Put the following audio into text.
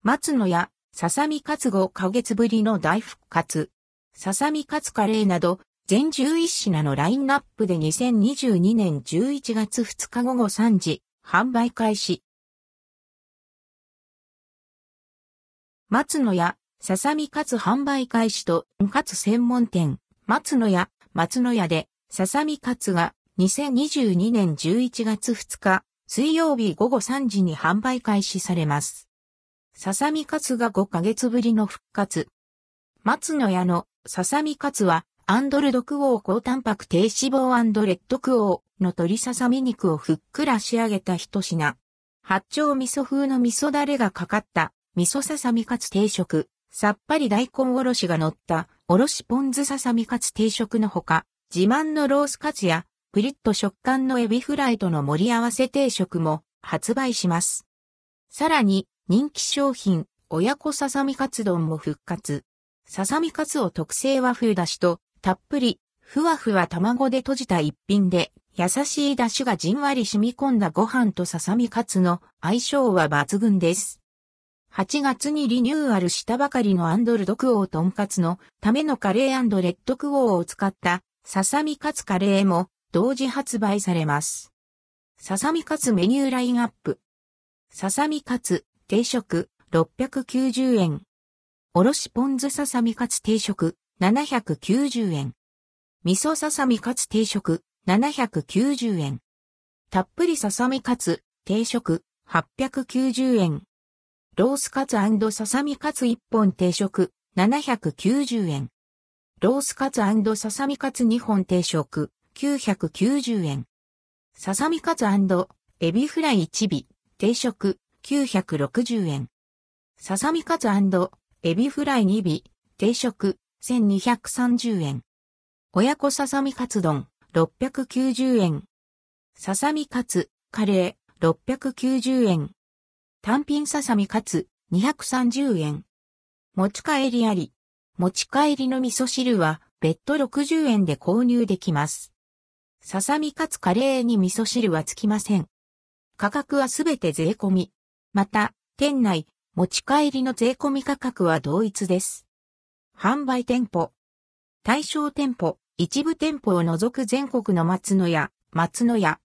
松野屋、ささみカツ5ヶ月ぶりの大復活。ささみカツカレーなど、全11品のラインナップで2022年11月2日午後3時、販売開始。松野屋、ささみカツ販売開始と、カツ専門店、松野屋で、ささみカツが2022年11月2日、水曜日午後3時に販売開始されます。ささみカツが5ヶ月ぶりの復活。松野屋のささみカツは、アンドルドクオー高タンパク低脂肪&レッドクオーの鶏ささみ肉をふっくら仕上げた一品。八丁味噌風の味噌だれがかかった味噌ささみカツ定食、さっぱり大根おろしが乗ったおろしポン酢ささみカツ定食のほか、自慢のロースカツやプリッと食感のエビフライとの盛り合わせ定食も発売します。さらに人気商品、親子ささみカツ丼も復活。ささみカツを特製和風だしと、たっぷり、ふわふわ卵で閉じた一品で、優しい出汁がじんわり染み込んだご飯とささみカツの相性は抜群です。8月にリニューアルしたばかりのアンドルドクオーとんかつのためのカレー&レッドクオーを使ったささみカツカレーも同時発売されます。ささみカツメニューラインアップ。ささみカツ定食690円。おろしポン酢ささみカツ定食790円。味噌ささみカツ定食790円。たっぷりささみカツ定食890円。ロースカツ&ささみカツ1本定食790円。ロースカツ&ささみカツ2本定食990円。ささみカツ&エビフライ1尾定食960円。ささみカツ&エビフライ2尾定食1230円。親子ささみカツ丼690円。ささみカツカレー690円。単品ささみカツ230円。持ち帰りあり。持ち帰りの味噌汁は別途60円で購入できます。ささみカツカレーに味噌汁はつきません。価格はすべて税込み。また、店内、持ち帰りの税込み価格は同一です。販売店舗。対象店舗、一部店舗を除く全国の松野屋。